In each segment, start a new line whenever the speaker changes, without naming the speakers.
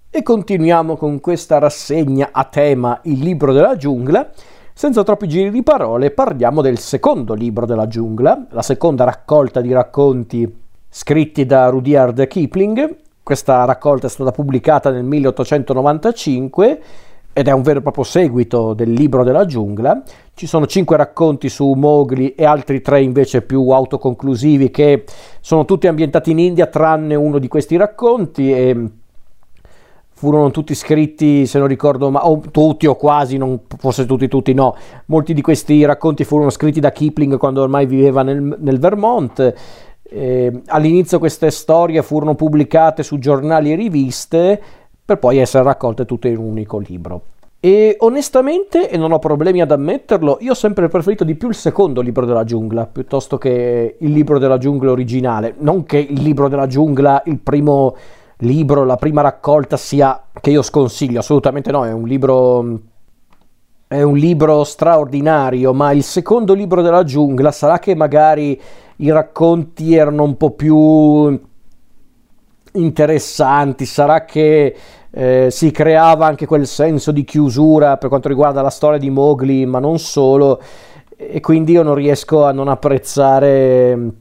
E continuiamo con questa rassegna a tema Il libro della giungla. Senza troppi giri di parole parliamo del secondo libro della giungla, la seconda raccolta di racconti scritti da Rudyard Kipling. Questa raccolta è stata pubblicata nel 1895 ed è un vero e proprio seguito del libro della giungla. Ci sono 5 racconti su Mowgli e altri 3 invece più autoconclusivi che sono tutti ambientati in India, tranne uno di questi racconti, e furono tutti scritti, se non ricordo, o tutti o quasi, non forse tutti no, molti di questi racconti furono scritti da Kipling quando ormai viveva nel Vermont. All'inizio queste storie furono pubblicate su giornali e riviste per poi essere raccolte tutte in un unico libro. E onestamente, e non ho problemi ad ammetterlo, io ho sempre preferito di più il secondo libro della giungla piuttosto che il libro della giungla originale. Non che il libro della giungla, il primo libro, la prima raccolta, sia che io sconsiglio, assolutamente no, è un libro straordinario, ma il secondo libro della giungla, sarà che magari i racconti erano un po' più interessanti, sarà che si creava anche quel senso di chiusura per quanto riguarda la storia di Mowgli, ma non solo, e quindi io non riesco a non apprezzare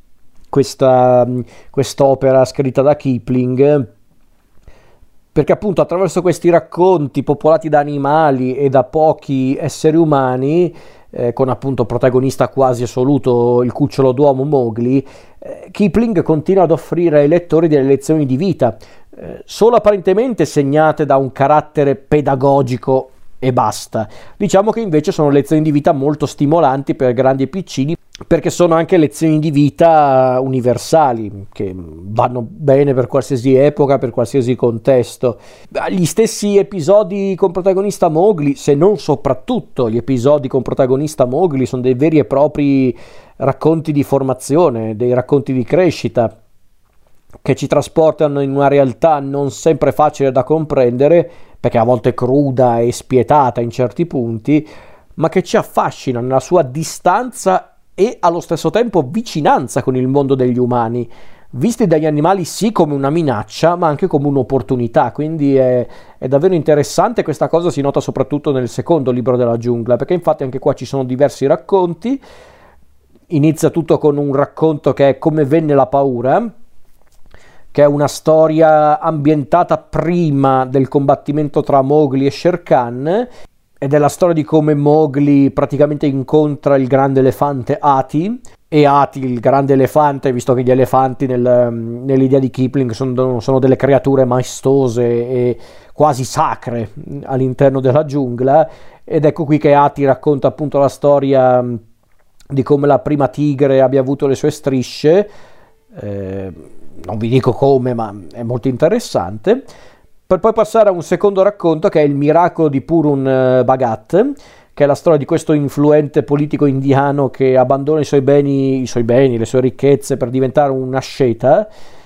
quest'opera scritta da Kipling, perché appunto attraverso questi racconti popolati da animali e da pochi esseri umani, con appunto protagonista quasi assoluto il cucciolo d'uomo Mowgli, Kipling continua ad offrire ai lettori delle lezioni di vita, solo apparentemente segnate da un carattere pedagogico e basta. Diciamo che invece sono lezioni di vita molto stimolanti per grandi e piccini, perché sono anche lezioni di vita universali che vanno bene per qualsiasi epoca, per qualsiasi contesto. Gli stessi episodi con protagonista Mowgli, se non soprattutto gli episodi con protagonista Mowgli, sono dei veri e propri racconti di formazione, dei racconti di crescita che ci trasportano in una realtà non sempre facile da comprendere, perché a volte cruda e spietata in certi punti, ma che ci affascina nella sua distanza e allo stesso tempo vicinanza con il mondo degli umani, visti dagli animali sì come una minaccia, ma anche come un'opportunità. Quindi è davvero interessante. Questa cosa si nota soprattutto nel secondo libro della giungla, perché infatti anche qua ci sono diversi racconti. Inizia tutto con un racconto che è Come venne la paura, che è una storia ambientata prima del combattimento tra Mowgli e Shere Khan, ed è la storia di come Mowgli praticamente incontra il grande elefante Hati, e Hati, il grande elefante, visto che gli elefanti nell'idea di Kipling sono delle creature maestose e quasi sacre all'interno della giungla, ed ecco qui che Hati racconta appunto la storia di come la prima tigre abbia avuto le sue strisce. Non vi dico come, ma è molto interessante, per poi passare a un secondo racconto che è Il miracolo di Purun Bhagat, che è la storia di questo influente politico indiano che abbandona i suoi beni, le sue ricchezze per diventare un asceta.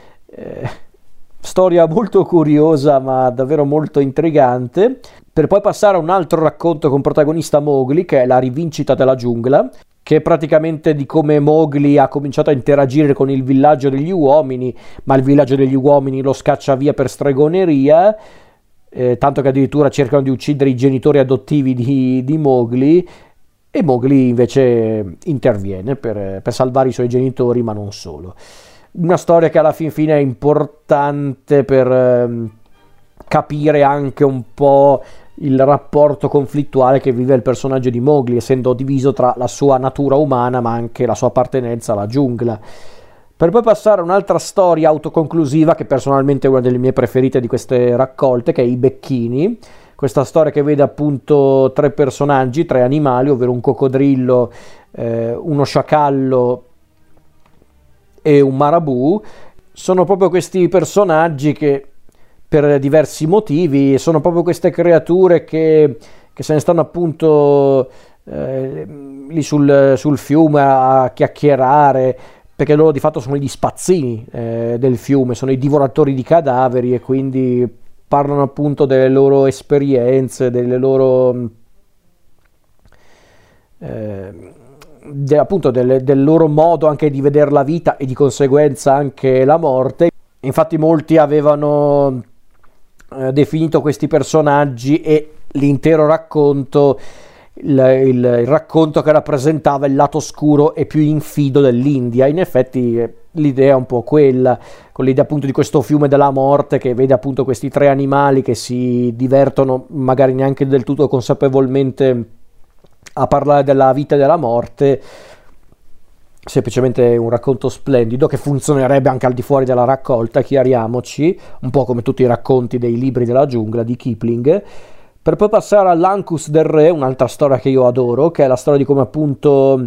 Storia molto curiosa ma davvero molto intrigante, per poi passare a un altro racconto con protagonista Mowgli, che è La rivincita della giungla, che è praticamente di come Mowgli ha cominciato a interagire con il villaggio degli uomini, ma il villaggio degli uomini lo scaccia via per stregoneria, tanto che addirittura cercano di uccidere i genitori adottivi di Mowgli, e Mowgli invece interviene per salvare i suoi genitori, ma non solo. Una storia che alla fine è importante per capire anche un po' il rapporto conflittuale che vive il personaggio di Mowgli, essendo diviso tra la sua natura umana ma anche la sua appartenenza alla giungla. Per poi passare a un'altra storia autoconclusiva che personalmente è una delle mie preferite di queste raccolte, che è I becchini. Questa storia che vede appunto 3 personaggi, 3 animali, ovvero un coccodrillo, uno sciacallo e un marabù. Sono proprio questi personaggi che per diversi motivi sono proprio queste creature che se ne stanno appunto lì sul fiume a chiacchierare, perché loro di fatto sono gli spazzini del fiume, sono i divoratori di cadaveri, e quindi parlano appunto delle loro esperienze, delle loro appunto del loro modo anche di vedere la vita e di conseguenza anche la morte. Infatti molti avevano definito questi personaggi e l'intero racconto, il racconto che rappresentava il lato oscuro e più infido dell'India. In effetti l'idea è un po' quella, con l'idea appunto di questo fiume della morte che vede appunto questi tre animali che si divertono magari neanche del tutto consapevolmente a parlare della vita e della morte. Semplicemente un racconto splendido che funzionerebbe anche al di fuori della raccolta, chiariamoci, un po' come tutti i racconti dei libri della giungla di Kipling, per poi passare all'Ankus del Re, un'altra storia che io adoro, che è la storia di come appunto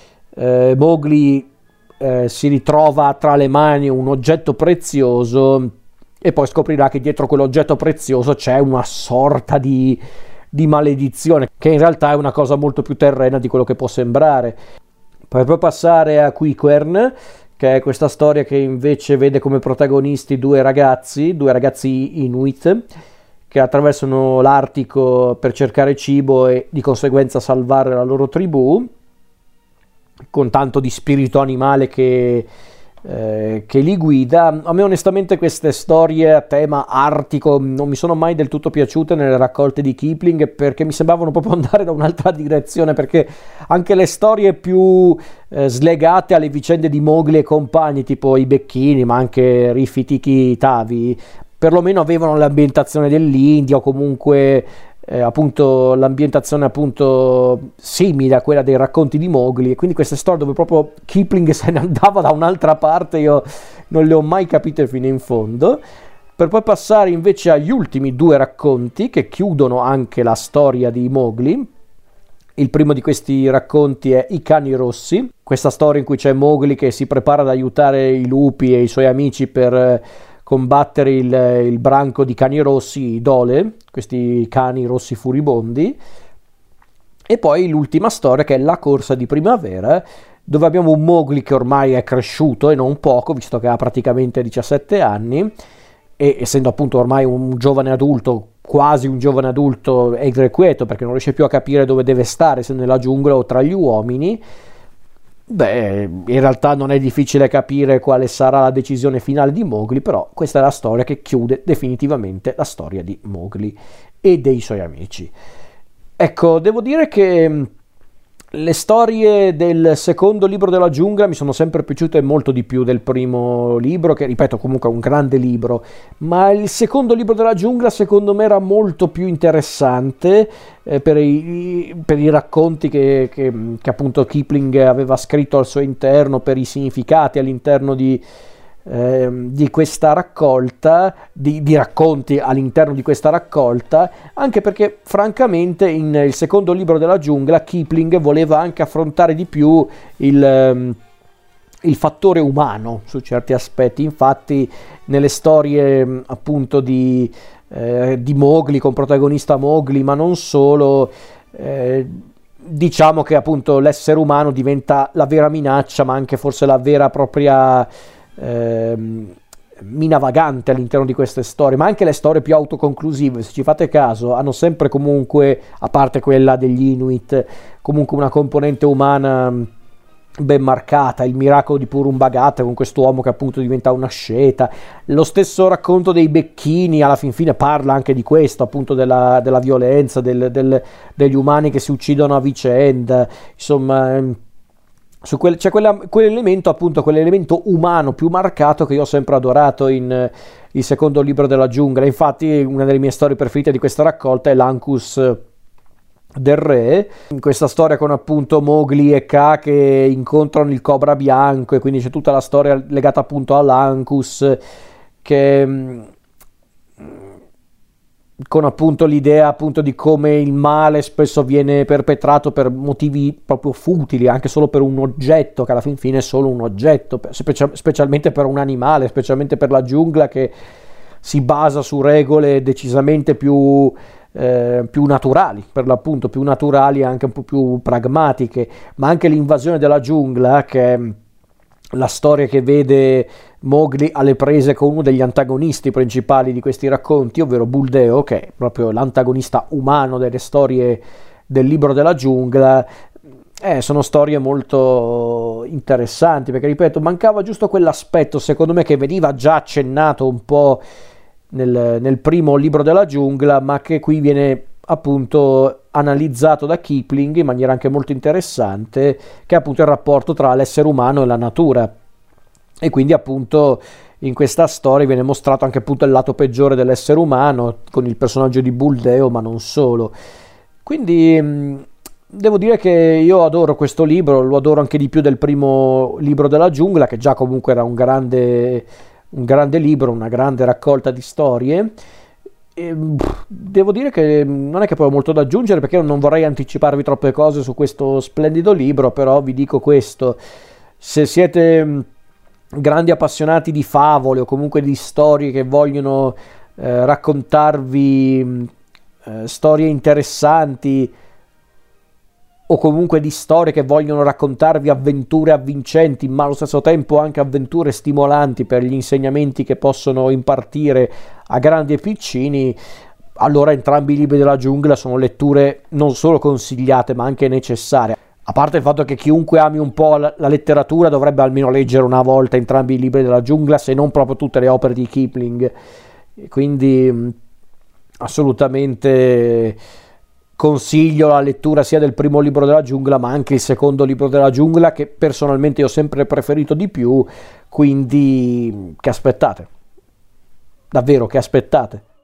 Mowgli si ritrova tra le mani un oggetto prezioso e poi scoprirà che dietro quell'oggetto prezioso c'è una sorta di maledizione, che in realtà è una cosa molto più terrena di quello che può sembrare. Per poi passare a Quiquern, che è questa storia che invece vede come protagonisti due ragazzi Inuit, che attraversano l'Artico per cercare cibo e di conseguenza salvare la loro tribù, con tanto di spirito animale che li guida. A me onestamente queste storie a tema artico non mi sono mai del tutto piaciute nelle raccolte di Kipling, perché mi sembravano proprio andare da un'altra direzione, perché anche le storie più slegate alle vicende di Mowgli e compagni, tipo i Becchini, ma anche Riffi Tikki Tavi, perlomeno avevano l'ambientazione dell'India o comunque appunto l'ambientazione appunto simile a quella dei racconti di Mowgli, e quindi queste storie dove proprio Kipling se ne andava da un'altra parte io non le ho mai capite fino in fondo, per poi passare invece agli ultimi due racconti che chiudono anche la storia di Mowgli. Il primo di questi racconti è I cani rossi, questa storia in cui c'è Mowgli che si prepara ad aiutare i lupi e i suoi amici per combattere il branco di cani rossi, i Dole, questi cani rossi furibondi. E poi l'ultima storia, che è La corsa di primavera, dove abbiamo un Mowgli che ormai è cresciuto e non poco, visto che ha praticamente 17 anni, e essendo appunto ormai un giovane adulto, quasi un giovane adulto, è irrequieto perché non riesce più a capire dove deve stare, se nella giungla o tra gli uomini. Beh, in realtà non è difficile capire quale sarà la decisione finale di Mowgli, però questa è la storia che chiude definitivamente la storia di Mowgli e dei suoi amici. Ecco, devo dire che le storie del secondo libro della giungla mi sono sempre piaciute molto di più del primo libro, che ripeto comunque è un grande libro, ma il secondo libro della giungla secondo me era molto più interessante per i racconti che appunto Kipling aveva scritto al suo interno, per i significati all'interno di questa raccolta, di racconti all'interno di questa raccolta, anche perché francamente il secondo libro della giungla Kipling voleva anche affrontare di più il fattore umano su certi aspetti. Infatti nelle storie appunto di Mowgli, con protagonista Mowgli, ma non solo, diciamo che appunto l'essere umano diventa la vera minaccia, ma anche forse la vera propria mina vagante all'interno di queste storie. Ma anche le storie più autoconclusive, se ci fate caso, hanno sempre comunque, a parte quella degli Inuit, comunque una componente umana ben marcata. Il miracolo di Purun Bhagat, con quest'uomo che appunto diventa una sceta. Lo stesso racconto dei Becchini alla fin fine parla anche di questo, appunto della violenza, degli umani che si uccidono a vicenda. Insomma, c'è quell'elemento, appunto quell'elemento umano più marcato che io ho sempre adorato in il secondo libro della giungla. Infatti una delle mie storie preferite di questa raccolta è l'Ankus del Re, in questa storia con appunto Mowgli e Kaa che incontrano il cobra bianco, e quindi c'è tutta la storia legata appunto all'Ankus, che con appunto l'idea appunto di come il male spesso viene perpetrato per motivi proprio futili, anche solo per un oggetto che alla fin fine è solo un oggetto, specialmente per un animale, specialmente per la giungla che si basa su regole decisamente più naturali, per l'appunto più naturali e anche un po' più pragmatiche. Ma anche l'invasione della giungla, che è la storia che vede Mowgli alle prese con uno degli antagonisti principali di questi racconti, ovvero Buldeo, che è proprio l'antagonista umano delle storie del libro della giungla. Sono storie molto interessanti, perché ripeto, mancava giusto quell'aspetto secondo me che veniva già accennato un po' nel primo libro della giungla, ma che qui viene appunto analizzato da Kipling in maniera anche molto interessante, che è appunto il rapporto tra l'essere umano e la natura. E quindi appunto in questa storia viene mostrato anche appunto il lato peggiore dell'essere umano, con il personaggio di Buldeo, ma non solo. Quindi devo dire che io adoro questo libro, lo adoro anche di più del primo libro della giungla, che già comunque era un grande libro, una grande raccolta di storie. E, devo dire che non è che poi ho molto da aggiungere, perché non vorrei anticiparvi troppe cose su questo splendido libro, però vi dico questo: se siete grandi appassionati di favole o comunque di storie che vogliono raccontarvi storie interessanti, o comunque di storie che vogliono raccontarvi avventure avvincenti, ma allo stesso tempo anche avventure stimolanti per gli insegnamenti che possono impartire a grandi e piccini, allora entrambi i libri della giungla sono letture non solo consigliate, ma anche necessarie. A parte il fatto che chiunque ami un po' la letteratura dovrebbe almeno leggere una volta entrambi i libri della giungla, se non proprio tutte le opere di Kipling. Quindi assolutamente consiglio la lettura sia del primo libro della giungla, ma anche il secondo libro della giungla, che personalmente io ho sempre preferito di più. Quindi che aspettate? Davvero, che aspettate?